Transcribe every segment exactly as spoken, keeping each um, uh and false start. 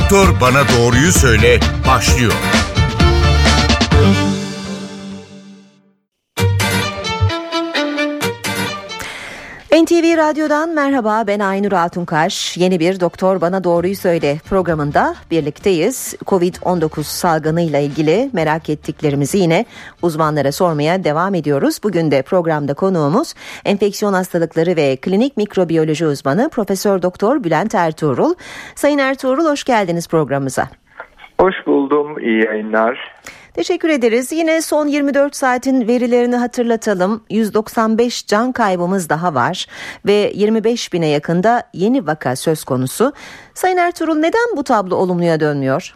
Doktor Bana Doğruyu Söyle başlıyor. N T V Radyo'dan merhaba, ben Aynur Altunkaş. Yeni bir Doktor Bana Doğruyu Söyle programında birlikteyiz. covid on dokuz salgınıyla ilgili merak ettiklerimizi yine uzmanlara sormaya devam ediyoruz. Bugün de programda konuğumuz enfeksiyon hastalıkları ve klinik mikrobiyoloji uzmanı Profesör Doktor Bülent Ertuğrul. Sayın Ertuğrul, hoş geldiniz programımıza. Hoş buldum, iyi yayınlar. Teşekkür ederiz. Yine son yirmi dört saatin verilerini hatırlatalım. yüz doksan beş can kaybımız daha var ve yirmi beş bine yakında yeni vaka söz konusu. Sayın Ertuğrul, neden bu tablo olumluya dönmüyor?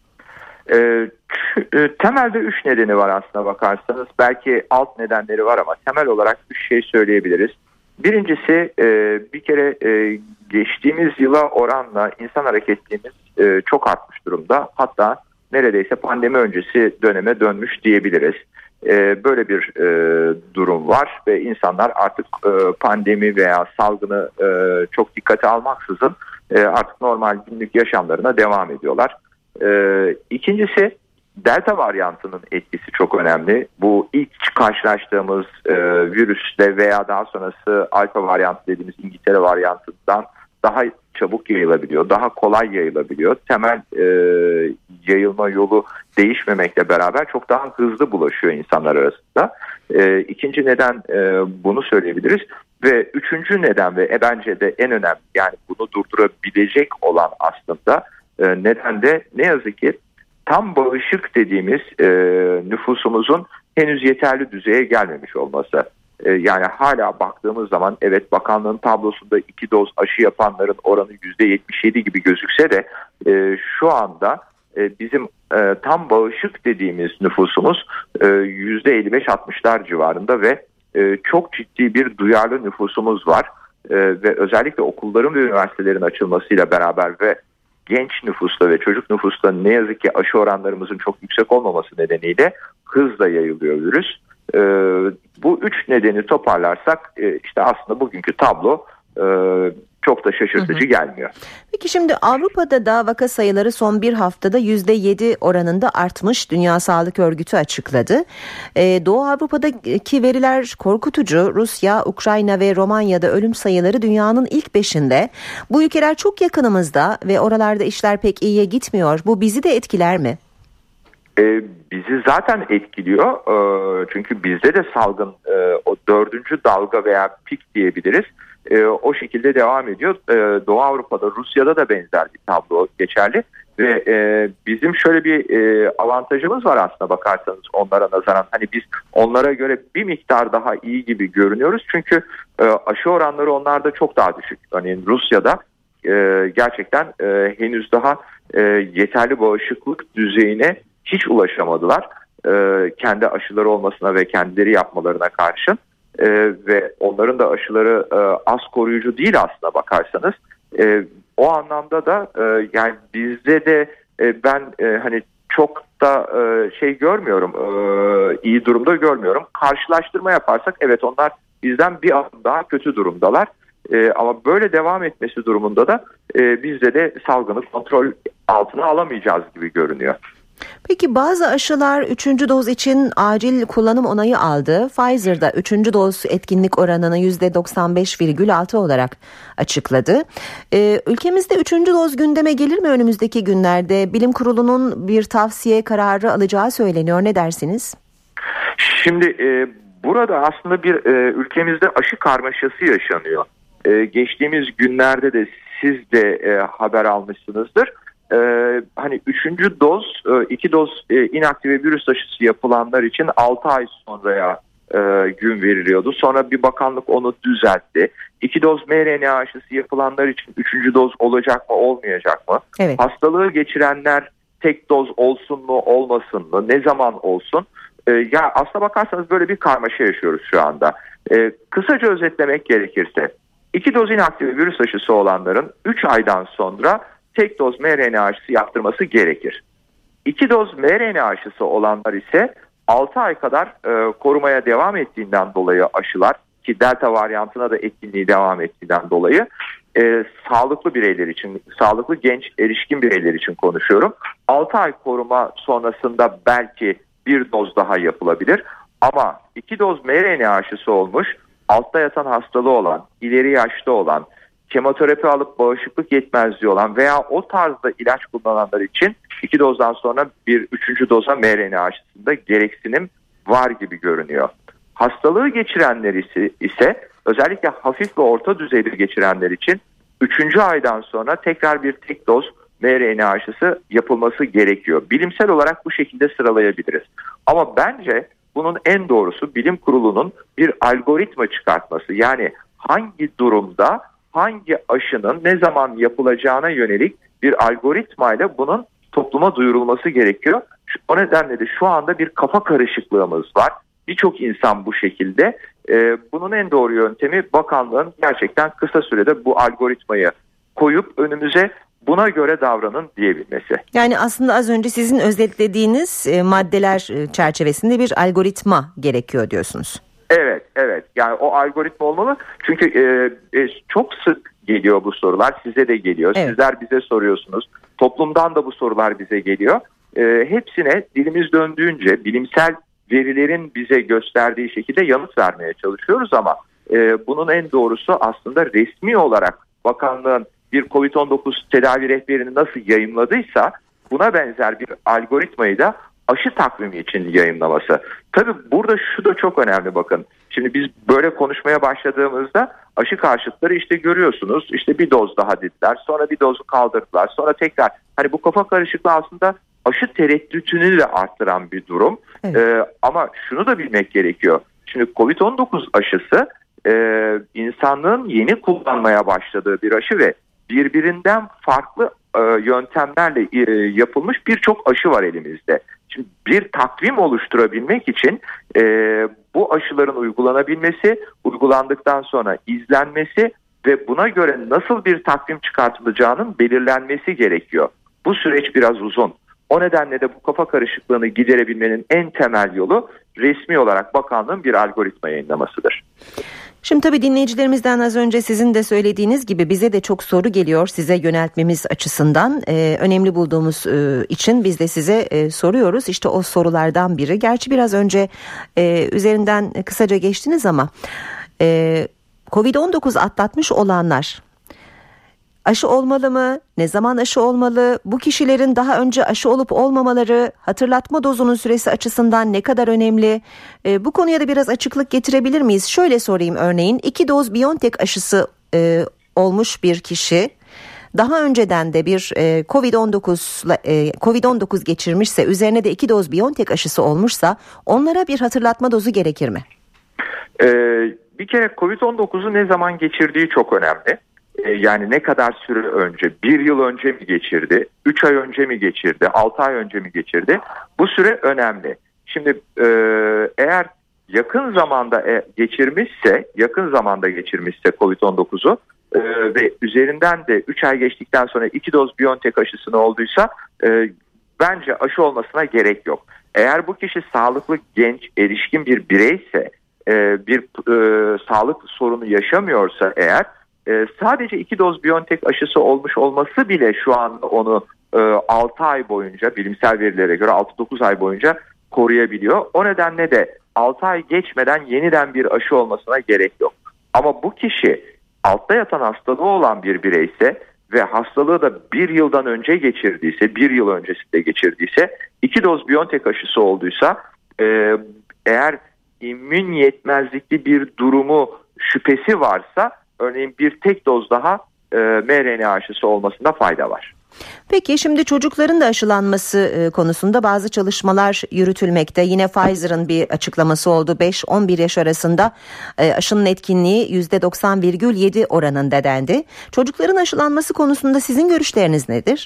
E, temelde üç nedeni var aslına bakarsanız. Belki alt nedenleri var ama temel olarak üç şey söyleyebiliriz. Birincisi e, bir kere e, geçtiğimiz yıla oranla insan hareketliliğimiz e, çok artmış durumda. Hatta neredeyse pandemi öncesi döneme dönmüş diyebiliriz. Ee, böyle bir e, durum var ve insanlar artık e, pandemi veya salgını e, çok dikkate almaksızın e, artık normal günlük yaşamlarına devam ediyorlar. E, ikincisi Delta varyantının etkisi çok önemli. Bu ilk karşılaştığımız e, virüsle veya daha sonrası alfa varyantı dediğimiz İngiltere varyantından daha çabuk yayılabiliyor, daha kolay yayılabiliyor. Temel e, yayılma yolu değişmemekle beraber çok daha hızlı bulaşıyor insanlar arasında. E, ikinci neden e, bunu söyleyebiliriz. Ve üçüncü neden ve bence de en önemli, yani bunu durdurabilecek olan aslında e, neden de ne yazık ki tam bağışık dediğimiz e, nüfusumuzun henüz yeterli düzeye gelmemiş olması. Yani hala baktığımız zaman evet, bakanlığın tablosunda iki doz aşı yapanların oranı yüzde yetmiş yedi gibi gözükse de e, şu anda e, bizim e, tam bağışık dediğimiz nüfusumuz e, yüzde elli beş altmışlar civarında ve e, çok ciddi bir duyarlı nüfusumuz var. E, ve özellikle okulların ve üniversitelerin açılmasıyla beraber ve genç nüfusla ve çocuk nüfusla ne yazık ki aşı oranlarımızın çok yüksek olmaması nedeniyle hızla yayılıyor virüs. Ee, bu üç nedeni toparlarsak e, işte aslında bugünkü tablo e, çok da şaşırtıcı hı hı. gelmiyor. Peki şimdi Avrupa'da da vaka sayıları son bir haftada yüzde yedi oranında artmış. Dünya Sağlık Örgütü açıkladı. Ee, Doğu Avrupa'daki veriler korkutucu. Rusya, Ukrayna ve Romanya'da ölüm sayıları dünyanın ilk beşinde. Bu ülkeler çok yakınımızda ve oralarda işler pek iyiye gitmiyor. Bu bizi de etkiler mi? Ee, bizi zaten etkiliyor ee, çünkü bizde de salgın e, o dördüncü dalga veya pik diyebiliriz e, o şekilde devam ediyor. E, Doğu Avrupa'da, Rusya'da da benzer bir tablo geçerli ve e, bizim şöyle bir e, avantajımız var aslında bakarsanız onlara nazaran. Hani biz onlara göre bir miktar daha iyi gibi görünüyoruz çünkü e, aşı oranları onlarda çok daha düşük. Örneğin Rusya'da e, gerçekten e, henüz daha e, yeterli bağışıklık düzeyine hiç ulaşamadılar e, kendi aşıları olmasına ve kendileri yapmalarına karşın e, ve onların da aşıları e, az koruyucu değil aslına bakarsanız. E, o anlamda da e, yani bizde de e, ben e, hani çok da e, şey görmüyorum, e, iyi durumda görmüyorum. Karşılaştırma yaparsak evet, onlar bizden bir adım daha kötü durumdalar. E, ama böyle devam etmesi durumunda da e, bizde de salgını kontrol altına alamayacağız gibi görünüyor. Peki bazı aşılar üçüncü doz için acil kullanım onayı aldı. Pfizer'da üçüncü doz etkinlik oranını yüzde doksan beş virgül altı olarak açıkladı. Ee, ülkemizde üçüncü doz gündeme gelir mi önümüzdeki günlerde? Bilim Kurulu'nun bir tavsiye kararı alacağı söyleniyor. Ne dersiniz? Şimdi e, burada aslında bir e, ülkemizde aşı karmaşası yaşanıyor. E, geçtiğimiz günlerde de siz de e, haber almışsınızdır. Ee, hani üçüncü doz, iki doz e, inaktive virüs aşısı yapılanlar için altı ay sonraya e, gün veriliyordu. Sonra bir bakanlık onu düzeltti. iki doz M R N A aşısı yapılanlar için üçüncü doz olacak mı, olmayacak mı? Evet. Hastalığı geçirenler tek doz olsun mu, olmasın mı? Ne zaman olsun? Ee, ya aslına bakarsanız böyle bir karmaşa yaşıyoruz şu anda. Ee, kısaca özetlemek gerekirse, iki doz inaktive virüs aşısı olanların üç aydan sonra tek doz M R N A aşısı yaptırması gerekir. İki doz M R N A aşısı olanlar ise altı ay kadar e, korumaya devam ettiğinden dolayı aşılar, ki delta varyantına da etkinliği devam ettiğinden dolayı e, sağlıklı bireyler için, sağlıklı genç erişkin bireyler için konuşuyorum. altı ay koruma sonrasında belki bir doz daha yapılabilir. Ama iki doz M R N A aşısı olmuş, altta yatan hastalığı olan, ileri yaşta olan, kemoterapi alıp bağışıklık yetmezliği olan veya o tarzda ilaç kullananlar için iki dozdan sonra bir üçüncü doza M R N A aşısında gereksinim var gibi görünüyor. Hastalığı geçirenler ise, ise özellikle hafif ve orta düzeyde geçirenler için üçüncü aydan sonra tekrar bir tek doz M R N A aşısı yapılması gerekiyor. Bilimsel olarak bu şekilde sıralayabiliriz. Ama bence bunun en doğrusu bilim kurulunun bir algoritma çıkartması. Yani hangi durumda hangi aşının ne zaman yapılacağına yönelik bir algoritmayla bunun topluma duyurulması gerekiyor. O nedenle de şu anda bir kafa karışıklığımız var. Birçok insan bu şekilde. Ee, bunun en doğru yöntemi bakanlığın gerçekten kısa sürede bu algoritmayı koyup önümüze buna göre davranın diyebilmesi. Yani aslında az önce sizin özetlediğiniz e, maddeler e, çerçevesinde bir algoritma gerekiyor diyorsunuz. Evet, evet. Yani o algoritma olmalı. Çünkü e, e, çok sık geliyor bu sorular. Size de geliyor. Evet. Sizler bize soruyorsunuz. Toplumdan da bu sorular bize geliyor. E, hepsine dilimiz döndüğünce bilimsel verilerin bize gösterdiği şekilde yanıt vermeye çalışıyoruz ama e, bunun en doğrusu aslında resmi olarak bakanlığın bir kovid on dokuz tedavi rehberini nasıl yayımladıysa buna benzer bir algoritmayı da aşı takvimi için yayımlaması. Tabii burada şu da çok önemli bakın. Şimdi biz böyle konuşmaya başladığımızda aşı karşıtları işte görüyorsunuz işte bir doz daha dediler. Sonra bir dozu kaldırdılar. Sonra tekrar hani bu kafa karışıklığı aslında aşı tereddütünü de arttıran bir durum. Evet. Ee, ama şunu da bilmek gerekiyor. Şimdi kovid on dokuz aşısı e, insanlığın yeni kullanmaya başladığı bir aşı ve birbirinden farklı e, yöntemlerle e, yapılmış birçok aşı var elimizde. Şimdi bir takvim oluşturabilmek için e, bu aşıların uygulanabilmesi, uygulandıktan sonra izlenmesi ve buna göre nasıl bir takvim çıkartılacağının belirlenmesi gerekiyor. Bu süreç biraz uzun. O nedenle de bu kafa karışıklığını giderebilmenin en temel yolu resmi olarak bakanlığın bir algoritma yayınlamasıdır. Şimdi tabii dinleyicilerimizden az önce sizin de söylediğiniz gibi bize de çok soru geliyor size yöneltmemiz açısından. Ee, önemli bulduğumuz e, için biz de size e, soruyoruz. İşte o sorulardan biri. Gerçi biraz önce e, üzerinden kısaca geçtiniz ama e, kovid on dokuz atlatmış olanlar aşı olmalı mı? Ne zaman aşı olmalı? Bu kişilerin daha önce aşı olup olmamaları hatırlatma dozunun süresi açısından ne kadar önemli? E, bu konuya da biraz açıklık getirebilir miyiz? Şöyle sorayım örneğin iki doz BioNTech aşısı e, olmuş bir kişi daha önceden de bir e, kovid on dokuz e, kovid on dokuz geçirmişse üzerine de iki doz BioNTech aşısı olmuşsa onlara bir hatırlatma dozu gerekir mi? Ee, bir kere kovid on dokuzu ne zaman geçirdiği çok önemli. Yani ne kadar süre önce, bir yıl önce mi geçirdi, üç ay önce mi geçirdi, altı ay önce mi geçirdi? Bu süre önemli. Şimdi e, eğer yakın zamanda geçirmişse, yakın zamanda geçirmişse kovid on dokuzu e, ve üzerinden de üç ay geçtikten sonra iki doz BioNTech aşısını olduysa e, bence aşı olmasına gerek yok. Eğer bu kişi sağlıklı, genç, erişkin bir bireyse, e, bir e, sağlık sorunu yaşamıyorsa eğer, Ee, sadece iki doz BioNTech aşısı olmuş olması bile şu an onu e, altı ay boyunca bilimsel verilere göre altı dokuz ay boyunca koruyabiliyor. O nedenle de altı ay geçmeden yeniden bir aşı olmasına gerek yok. Ama bu kişi altta yatan hastalığı olan bir bireyse ve hastalığı da bir yıldan önce geçirdiyse, bir yıl öncesinde geçirdiyse, iki doz BioNTech aşısı olduysa e, eğer immün yetmezlikli bir durumu şüphesi varsa örneğin bir tek doz daha e, M R N A aşısı olmasında fayda var. Peki şimdi çocukların da aşılanması e, konusunda bazı çalışmalar yürütülmekte. Yine Pfizer'ın bir açıklaması oldu. beş on bir yaş arasında e, aşının etkinliği yüzde doksan virgül yedi oranında dendi. Çocukların aşılanması konusunda sizin görüşleriniz nedir?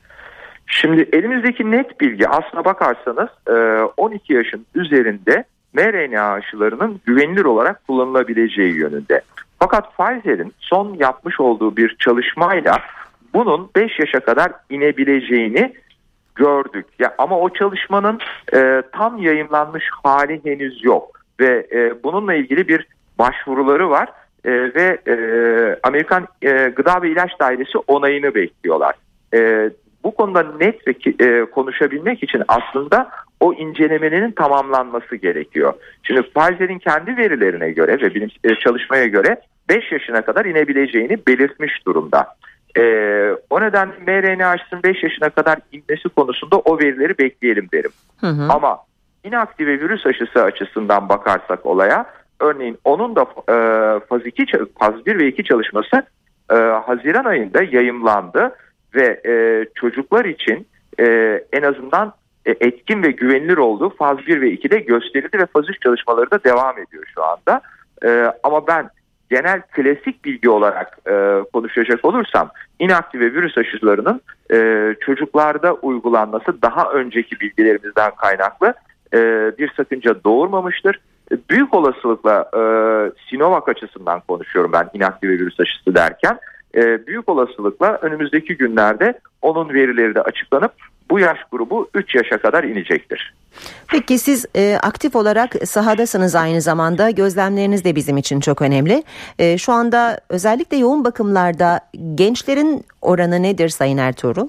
Şimdi elimizdeki net bilgi aslına bakarsanız e, on iki yaşın üzerinde M R N A aşılarının güvenilir olarak kullanılabileceği yönünde. Fakat Pfizer'in son yapmış olduğu bir çalışmayla bunun beş yaşa kadar inebileceğini gördük. Ya ama o çalışmanın e, tam yayımlanmış hali henüz yok ve e, bununla ilgili bir başvuruları var. e, ve e, Amerikan e, Gıda ve İlaç Dairesi onayını bekliyorlar. E, bu konuda net ve e, konuşabilmek için aslında o incelemenin tamamlanması gerekiyor. Şimdi Pfizer'in kendi verilerine göre ve bilim e, çalışmaya göre beş yaşına kadar inebileceğini belirtmiş durumda. E, o nedenle M R N A aşısının beş yaşına kadar inmesi konusunda o verileri bekleyelim derim. Hı hı. Ama inaktive virüs aşısı açısından bakarsak olaya, örneğin onun da e, faz iki, faz bir ve iki çalışması e, Haziran ayında yayımlandı ve e, çocuklar için e, en azından e, etkin ve güvenilir olduğu faz bir ve ikide gösterildi ve faz üç çalışmaları da devam ediyor şu anda. E, ama ben genel klasik bilgi olarak e, konuşacak olursam, inaktive virüs aşılarının e, çocuklarda uygulanması daha önceki bilgilerimizden kaynaklı e, bir sakınca doğurmamıştır. E, büyük olasılıkla e, Sinovac açısından konuşuyorum ben inaktive virüs aşısı derken. E, büyük olasılıkla önümüzdeki günlerde onun verileri de açıklanıp bu yaş grubu üç yaşa kadar inecektir. Peki siz e, aktif olarak sahadasınız, aynı zamanda gözlemleriniz de bizim için çok önemli. E, şu anda özellikle yoğun bakımlarda gençlerin oranı nedir Sayın Ertuğrul?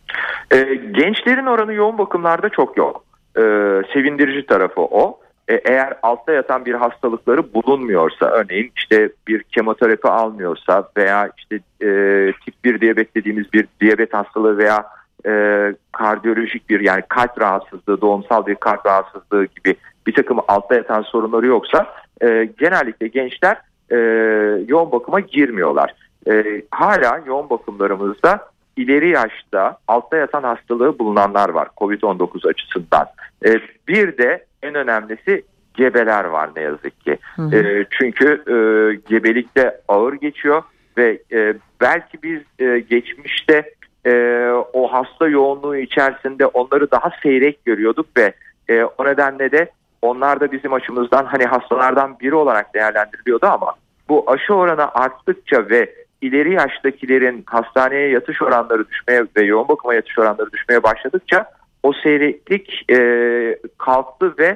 E, gençlerin oranı yoğun bakımlarda çok yok. E, sevindirici tarafı o. E, eğer altta yatan bir hastalıkları bulunmuyorsa, örneğin işte bir kemoterapi almıyorsa veya işte e, tip bir diyabet dediğimiz bir diyabet hastalığı veya e, kardiyolojik bir, yani kalp rahatsızlığı, doğumsal bir kalp rahatsızlığı gibi bir takım altta yatan sorunları yoksa e, genellikle gençler e, yoğun bakıma girmiyorlar. E, hala yoğun bakımlarımızda ileri yaşta altta yatan hastalığı bulunanlar var covid on dokuz açısından. E, bir de en önemlisi gebeler var ne yazık ki. Hı hı. E, çünkü e, gebelikte ağır geçiyor ve e, belki biz e, geçmişte e, o hasta yoğunluğu içerisinde onları daha seyrek görüyorduk ve e, o nedenle de onlar da bizim açımızdan hani hastalardan biri olarak değerlendiriliyordu, ama bu aşı oranı arttıkça ve ileri yaştakilerin hastaneye yatış oranları düşmeye ve yoğun bakıma yatış oranları düşmeye başladıkça o seyreklik e, kalktı ve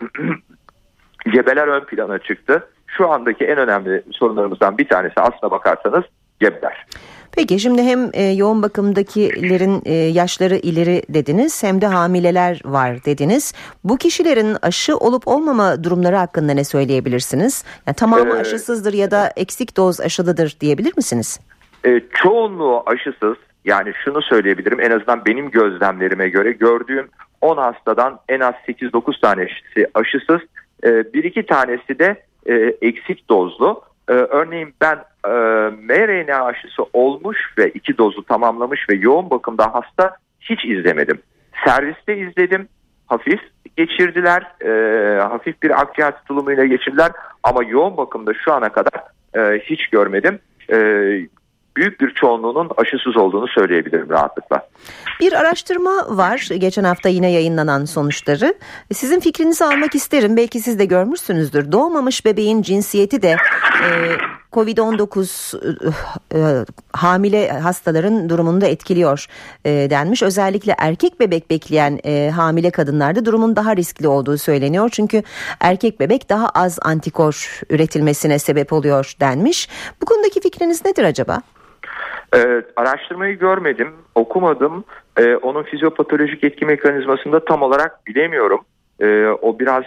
gebeler ön plana çıktı. Şu andaki en önemli sorunlarımızdan bir tanesi aslına bakarsanız gebeler. Peki şimdi hem e, yoğun bakımdakilerin e, yaşları ileri dediniz, hem de hamileler var dediniz. Bu kişilerin aşı olup olmama durumları hakkında ne söyleyebilirsiniz? Yani tamamı ee, aşısızdır ya da eksik doz aşılıdır diyebilir misiniz? E, çoğunluğu aşısız. Yani şunu söyleyebilirim, en azından benim gözlemlerime göre gördüğüm on hastadan en az sekiz dokuz tanesi aşısız, e, bir iki tanesi de e, eksik dozlu. E, örneğin ben e, M R N A aşısı olmuş ve iki dozu tamamlamış ve yoğun bakımda hasta hiç izlemedim. Serviste izledim, hafif geçirdiler, e, hafif bir akciğer tutulumuyla geçirdiler, ama yoğun bakımda şu ana kadar e, hiç görmedim. E, büyük bir çoğunluğunun aşısız olduğunu söyleyebilirim rahatlıkla. Bir araştırma var, geçen hafta yine yayınlanan sonuçları. Sizin fikrinizi almak isterim, belki siz de görmüşsünüzdür. Doğmamış bebeğin cinsiyeti de e, covid on dokuz e, hamile hastaların durumunu da etkiliyor e, denmiş. Özellikle erkek bebek bekleyen e, hamile kadınlarda durumun daha riskli olduğu söyleniyor. Çünkü erkek bebek daha az antikor üretilmesine sebep oluyor denmiş. Bu konudaki fikriniz nedir acaba? Ee, araştırmayı görmedim, okumadım. Ee, onun fizyopatolojik etki mekanizmasını da tam olarak bilemiyorum. Ee, o biraz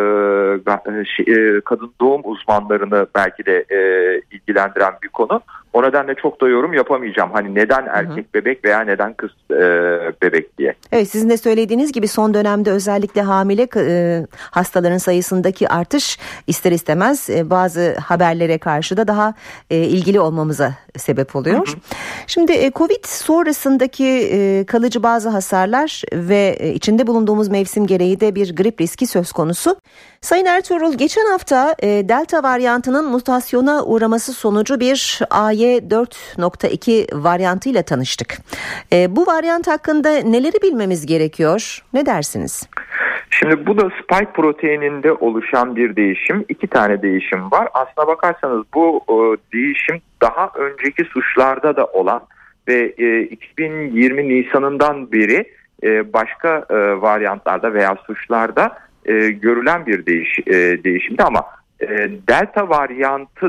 e, şey, kadın doğum uzmanlarını belki de e, ilgilendiren bir konu. O nedenle çok da yorum yapamayacağım. Hani neden erkek hı hı. bebek veya neden kız e, bebek diye. Evet, sizin de söylediğiniz gibi son dönemde özellikle hamile e, hastaların sayısındaki artış ister istemez e, bazı haberlere karşı da daha e, ilgili olmamıza sebep oluyor. Hı hı. Şimdi e, Covid sonrasındaki e, kalıcı bazı hasarlar ve e, içinde bulunduğumuz mevsim gereği de bir grip riski söz konusu. Sayın Ertuğrul, geçen hafta e, Delta varyantının mutasyona uğraması sonucu bir A Y dört nokta iki varyantıyla tanıştık. E, bu varyant hakkında neleri bilmemiz gerekiyor? Ne dersiniz? Şimdi bu da spike proteininde oluşan bir değişim. İki tane değişim var. Aslına bakarsanız bu o, değişim daha önceki suçlarda da olan ve e, iki bin yirmi Nisan'ından beri e, başka e, varyantlarda veya suçlarda e, görülen bir değiş, e, değişimdi, ama e, delta varyantı da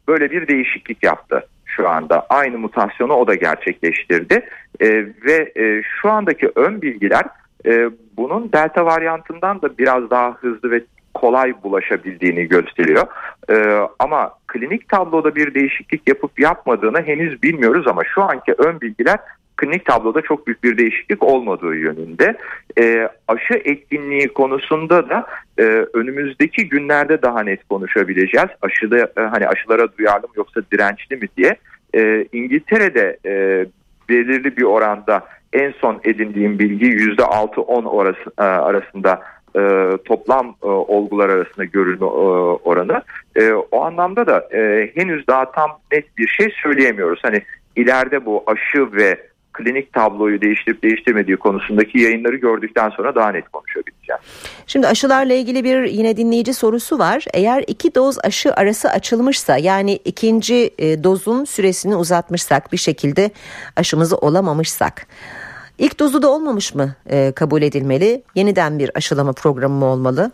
böyle bir değişiklik yaptı şu anda. Aynı mutasyonu o da gerçekleştirdi e, ve e, şu andaki ön bilgiler e, bunun delta varyantından da biraz daha hızlı ve kolay bulaşabildiğini gösteriyor. E, ama klinik tabloda bir değişiklik yapıp yapmadığını henüz bilmiyoruz ama şu anki ön bilgiler klinik tabloda çok büyük bir değişiklik olmadığı yönünde. E, aşı etkinliği konusunda da e, önümüzdeki günlerde daha net konuşabileceğiz. Aşıda e, hani aşılara duyarlı mı yoksa dirençli mi diye. E, İngiltere'de e, belirli bir oranda en son edindiğim bilgi yüzde altı on orası, e, arasında e, toplam e, olgular arasında görülme e, oranı. E, o anlamda da e, henüz daha tam net bir şey söyleyemiyoruz. Hani ileride bu aşı ve klinik tabloyu değiştirip değiştirmediği konusundaki yayınları gördükten sonra daha net konuşabileceğim. Şimdi aşılarla ilgili bir yine dinleyici sorusu var. Eğer iki doz aşı arası açılmışsa, yani ikinci e, dozun süresini uzatmışsak, bir şekilde aşımızı olamamışsak, ilk dozu da olmamış mı e, kabul edilmeli? Yeniden bir aşılama programı mı olmalı?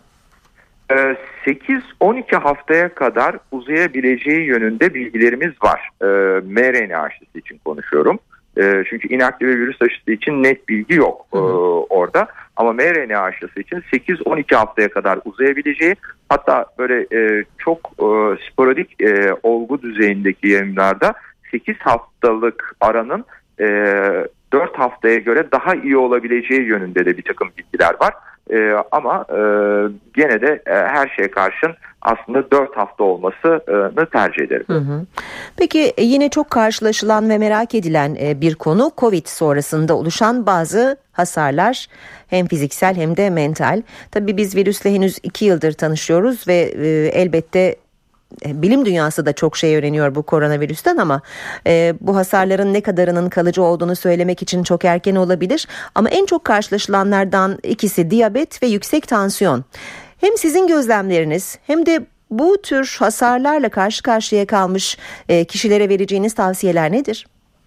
sekiz on iki haftaya kadar uzayabileceği yönünde bilgilerimiz var. M R N A aşısı için konuşuyorum. E, çünkü inaktive virüs aşısı için net bilgi yok e, orada. Ama M R N A aşısı için sekiz on iki haftaya kadar uzayabileceği, hatta böyle e, çok e, sporadik e, olgu düzeyindeki yayınlarda sekiz haftalık aranın e, dört haftaya göre daha iyi olabileceği yönünde de bir takım bilgiler var. Ee, ama e, gene de e, her şeye karşın aslında dört hafta olmasını tercih ederim. Hı hı. Peki yine çok karşılaşılan ve merak edilen bir konu Covid sonrasında oluşan bazı hasarlar, hem fiziksel hem de mental. Tabii biz virüsle henüz iki yıldır tanışıyoruz ve e, elbette bilim dünyası da çok şey öğreniyor bu koronavirüsten, ama e, bu hasarların ne kadarının kalıcı olduğunu söylemek için çok erken olabilir. Ama en çok karşılaşılanlardan ikisi diyabet ve yüksek tansiyon. Hem sizin gözlemleriniz hem de bu tür hasarlarla karşı karşıya kalmış e, kişilere vereceğiniz tavsiyeler nedir?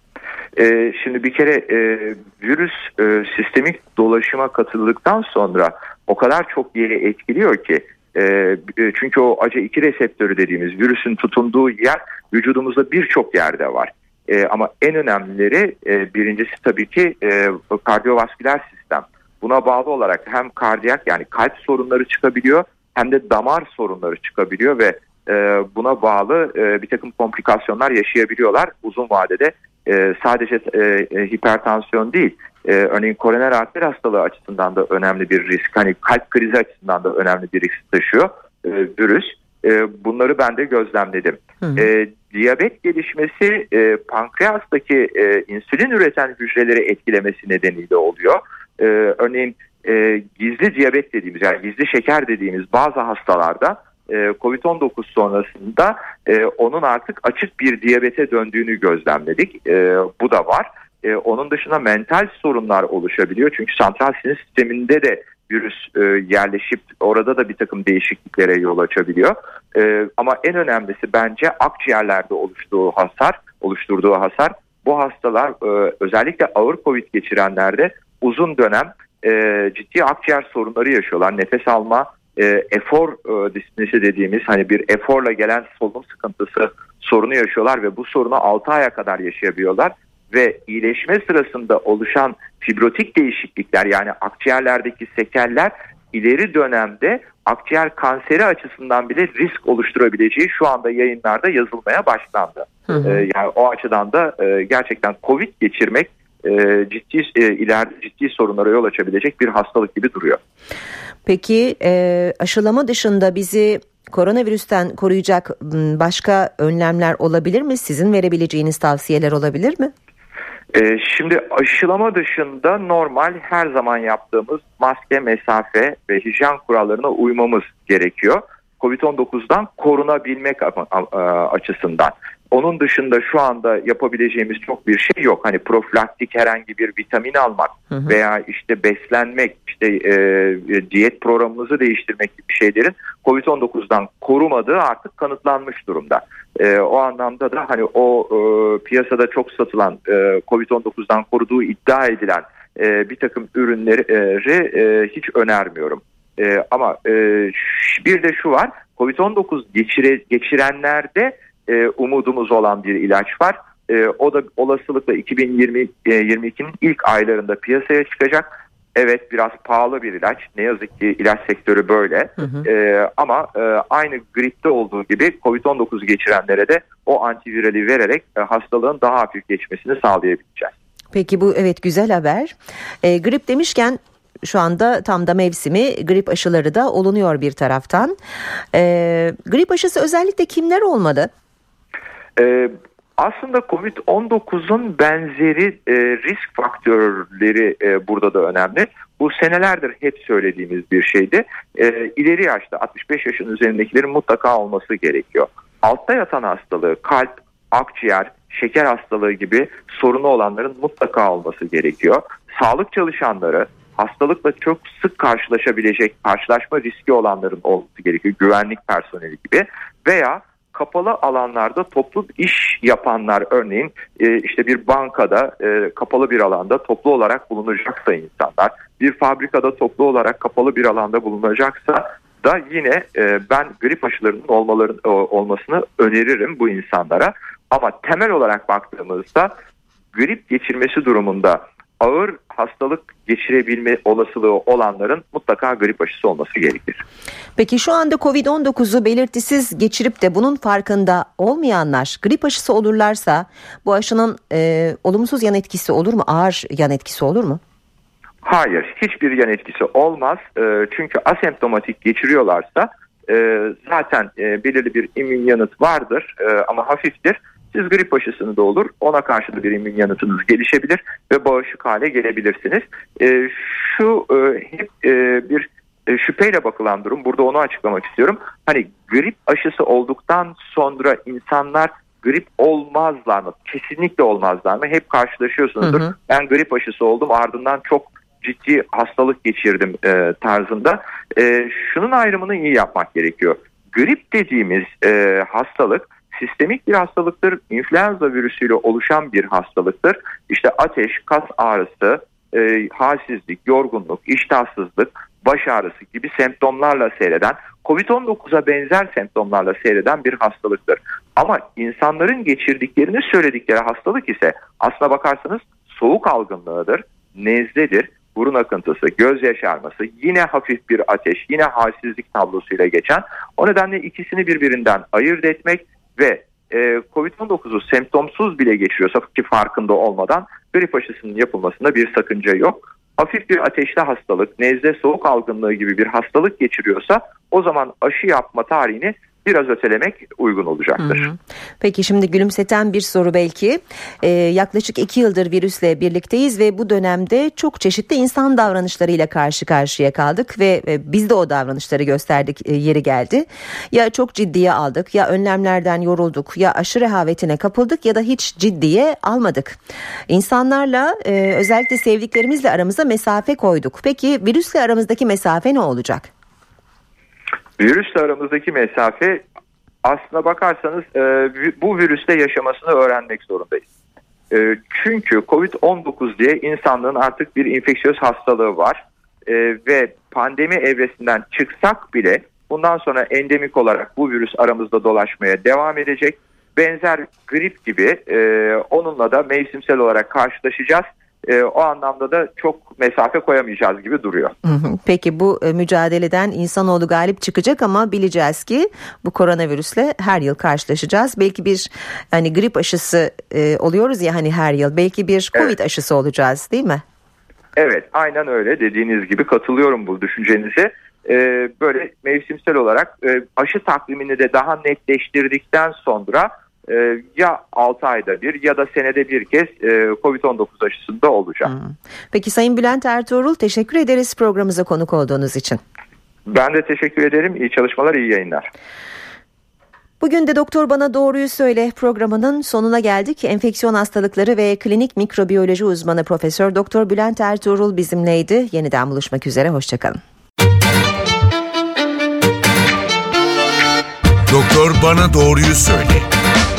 E, şimdi bir kere e, virüs e, sistemik dolaşıma katıldıktan sonra o kadar çok yeri etkiliyor ki. E, çünkü o A C E iki reseptörü dediğimiz virüsün tutunduğu yer vücudumuzda birçok yerde var. E, ama en önemlileri e, birincisi tabii ki e, kardiyovasküler sistem. Buna bağlı olarak hem kardiyak, yani kalp sorunları çıkabiliyor, hem de damar sorunları çıkabiliyor ve e, buna bağlı e, bir takım komplikasyonlar yaşayabiliyorlar. Uzun vadede e, sadece e, e, hipertansiyon değil, e, örneğin koroner arter hastalığı açısından da önemli bir risk, hani kalp krizi açısından da önemli bir risk taşıyor e, virüs. E, bunları ben de gözlemledim. E, diyabet gelişmesi e, pankreastaki e, insülin üreten hücreleri etkilemesi nedeniyle oluyor. E, örneğin e, gizli diyabet dediğimiz, yani gizli şeker dediğimiz bazı hastalarda e, kovid on dokuz sonrasında e, onun artık açık bir diyabete döndüğünü gözlemledik. E, bu da var. E, onun dışında mental sorunlar oluşabiliyor. Çünkü santral sinir sisteminde de virüs e, yerleşip orada da bir takım değişikliklere yol açabiliyor. E, ama en önemlisi bence akciğerlerde oluştuğu hasar, oluşturduğu hasar. Bu hastalar e, özellikle ağır Covid geçirenlerde uzun dönem e, ciddi akciğer sorunları yaşıyorlar. Nefes alma, e, efor e, disnesi dediğimiz, hani bir eforla gelen solunum sıkıntısı sorunu yaşıyorlar ve bu sorunu altı aya kadar yaşayabiliyorlar. Ve iyileşme sırasında oluşan fibrotik değişiklikler, yani akciğerlerdeki sekeller ileri dönemde akciğer kanseri açısından bile risk oluşturabileceği şu anda yayınlarda yazılmaya başlandı. Hı hı. Ee, yani o açıdan da e, gerçekten Covid geçirmek e, ciddi e, ileride ciddi sorunlara yol açabilecek bir hastalık gibi duruyor. Peki e, aşılama dışında bizi koronavirüsten koruyacak başka önlemler olabilir mi? Sizin verebileceğiniz tavsiyeler olabilir mi? Ee, şimdi aşılama dışında normal her zaman yaptığımız maske, mesafe ve hijyen kurallarına uymamız gerekiyor. kovid on dokuzdan korunabilmek açısından. Onun dışında şu anda yapabileceğimiz çok bir şey yok. Hani profilaktik herhangi bir vitamin almak hı hı. veya işte beslenmek, işte e, diyet programımızı değiştirmek gibi şeylerin kovid on dokuzdan korumadığı artık kanıtlanmış durumda. E, o anlamda da hani o e, piyasada çok satılan e, kovid on dokuzdan koruduğu iddia edilen e, bir takım ürünleri e, hiç önermiyorum. E, ama e, bir de şu var, kovid on dokuz geçire, geçirenlerde e, umudumuz olan bir ilaç var. E, o da olasılıkla iki bin yirmi ikinin ilk aylarında piyasaya çıkacak. Evet, biraz pahalı bir ilaç. Ne yazık ki ilaç sektörü böyle. Hı hı. Ee, ama e, aynı gripte olduğu gibi kovid on dokuz geçirenlere de o antivirali vererek e, hastalığın daha hafif geçmesini sağlayabileceğiz. Peki bu evet güzel haber. E, grip demişken şu anda tam da mevsimi, grip aşıları da olunuyor bir taraftan. E, grip aşısı özellikle kimler olmalı? Evet. Aslında kovid on dokuzun benzeri e, risk faktörleri e, burada da önemli. Bu senelerdir hep söylediğimiz bir şeydi. E, ileri yaşta altmış beş yaşın üzerindekilerin mutlaka olması gerekiyor. Altta yatan hastalığı, kalp, akciğer, şeker hastalığı gibi sorunu olanların mutlaka olması gerekiyor. Sağlık çalışanları, hastalıkla çok sık karşılaşabilecek, karşılaşma riski olanların olması gerekiyor. Güvenlik personeli gibi veya kapalı alanlarda toplu iş yapanlar, örneğin e, işte bir bankada e, kapalı bir alanda toplu olarak bulunacaksa insanlar, bir fabrikada toplu olarak kapalı bir alanda bulunacaksa da yine e, ben grip aşılarının olmaların o, olmasını öneririm bu insanlara. Ama temel olarak baktığımızda grip geçirmesi durumunda ağır hastalık geçirebilme olasılığı olanların mutlaka grip aşısı olması gerekir. Peki şu anda kovid on dokuzu belirtisiz geçirip de bunun farkında olmayanlar grip aşısı olurlarsa bu aşının e, olumsuz yan etkisi olur mu? Ağır yan etkisi olur mu? Hayır, hiçbir yan etkisi olmaz. E, çünkü asemptomatik geçiriyorlarsa e, zaten e, belirli bir immün yanıt vardır e, ama hafiftir. Siz grip aşısını da olur, ona karşı da bir immün yanıtınız gelişebilir ve bağışık hale gelebilirsiniz. E, şu e, hep e, bir e, şüpheyle bakılan durum, burada onu açıklamak istiyorum. Hani grip aşısı olduktan sonra insanlar grip olmazlar mı? Kesinlikle olmazlar mı? Hep karşılaşıyorsunuzdur. Hı hı. Ben grip aşısı oldum, ardından çok ciddi hastalık geçirdim e, tarzında. E, şunun ayrımını iyi yapmak gerekiyor. Grip dediğimiz e, hastalık sistemik bir hastalıktır. İnfluenza virüsüyle oluşan bir hastalıktır. İşte ateş, kas ağrısı, e, halsizlik, yorgunluk, iştahsızlık, baş ağrısı gibi semptomlarla seyreden, kovid on dokuza benzer semptomlarla seyreden bir hastalıktır. Ama insanların geçirdiklerini söyledikleri hastalık ise aslına bakarsanız soğuk algınlığıdır, nezledir, burun akıntısı, göz yaşarması, yine hafif bir ateş, yine halsizlik tablosuyla geçen. O nedenle ikisini birbirinden ayırt etmek ve e, kovid on dokuzu semptomsuz bile geçiriyorsa ki farkında olmadan grip aşısının yapılmasında bir sakınca yok. Hafif bir ateşli hastalık, nezle, soğuk algınlığı gibi bir hastalık geçiriyorsa o zaman aşı yapma tarihini biraz ötelemek uygun olacaktır. Hı hı. Peki şimdi gülümseten bir soru belki. Ee, yaklaşık iki yıldır virüsle birlikteyiz ve bu dönemde çok çeşitli insan davranışlarıyla karşı karşıya kaldık ve e, biz de o davranışları gösterdik, e, yeri geldi. Ya çok ciddiye aldık, ya önlemlerden yorulduk, ya aşı rehavetine kapıldık ya da hiç ciddiye almadık. İnsanlarla e, özellikle sevdiklerimizle aramıza mesafe koyduk. Peki virüsle aramızdaki mesafe ne olacak? Virüsle aramızdaki mesafe, aslına bakarsanız e, bu virüste yaşamasını öğrenmek zorundayız. E, çünkü kovid on dokuz diye insanlığın artık bir infeksiyöz hastalığı var e, ve pandemi evresinden çıksak bile bundan sonra endemik olarak bu virüs aramızda dolaşmaya devam edecek. Benzer grip gibi e, onunla da mevsimsel olarak karşılaşacağız. E, o anlamda da çok mesafe koyamayacağız gibi duruyor. Peki bu e, mücadeleden insanoğlu galip çıkacak ama bileceğiz ki bu koronavirüsle her yıl karşılaşacağız. Belki bir hani grip aşısı e, oluyoruz ya hani her yıl, belki bir Covid evet. aşısı olacağız, değil mi? Evet, aynen öyle, dediğiniz gibi katılıyorum bu düşüncenize. Ee, böyle mevsimsel olarak e, aşı takvimini de daha netleştirdikten sonra e, ya altı ayda bir ya da senede bir kez e, kovid on dokuz aşısında olacak. Hmm. Peki Sayın Bülent Ertuğrul, teşekkür ederiz programımıza konuk olduğunuz için. Ben de teşekkür ederim. İyi çalışmalar, iyi yayınlar. Bugün de Doktor Bana Doğruyu Söyle programının sonuna geldik. Enfeksiyon hastalıkları ve klinik mikrobiyoloji uzmanı Profesör Doktor Bülent Ertuğrul bizimleydi. Yeniden buluşmak üzere, hoşçakalın. Doktor Bana Doğruyu Söyle.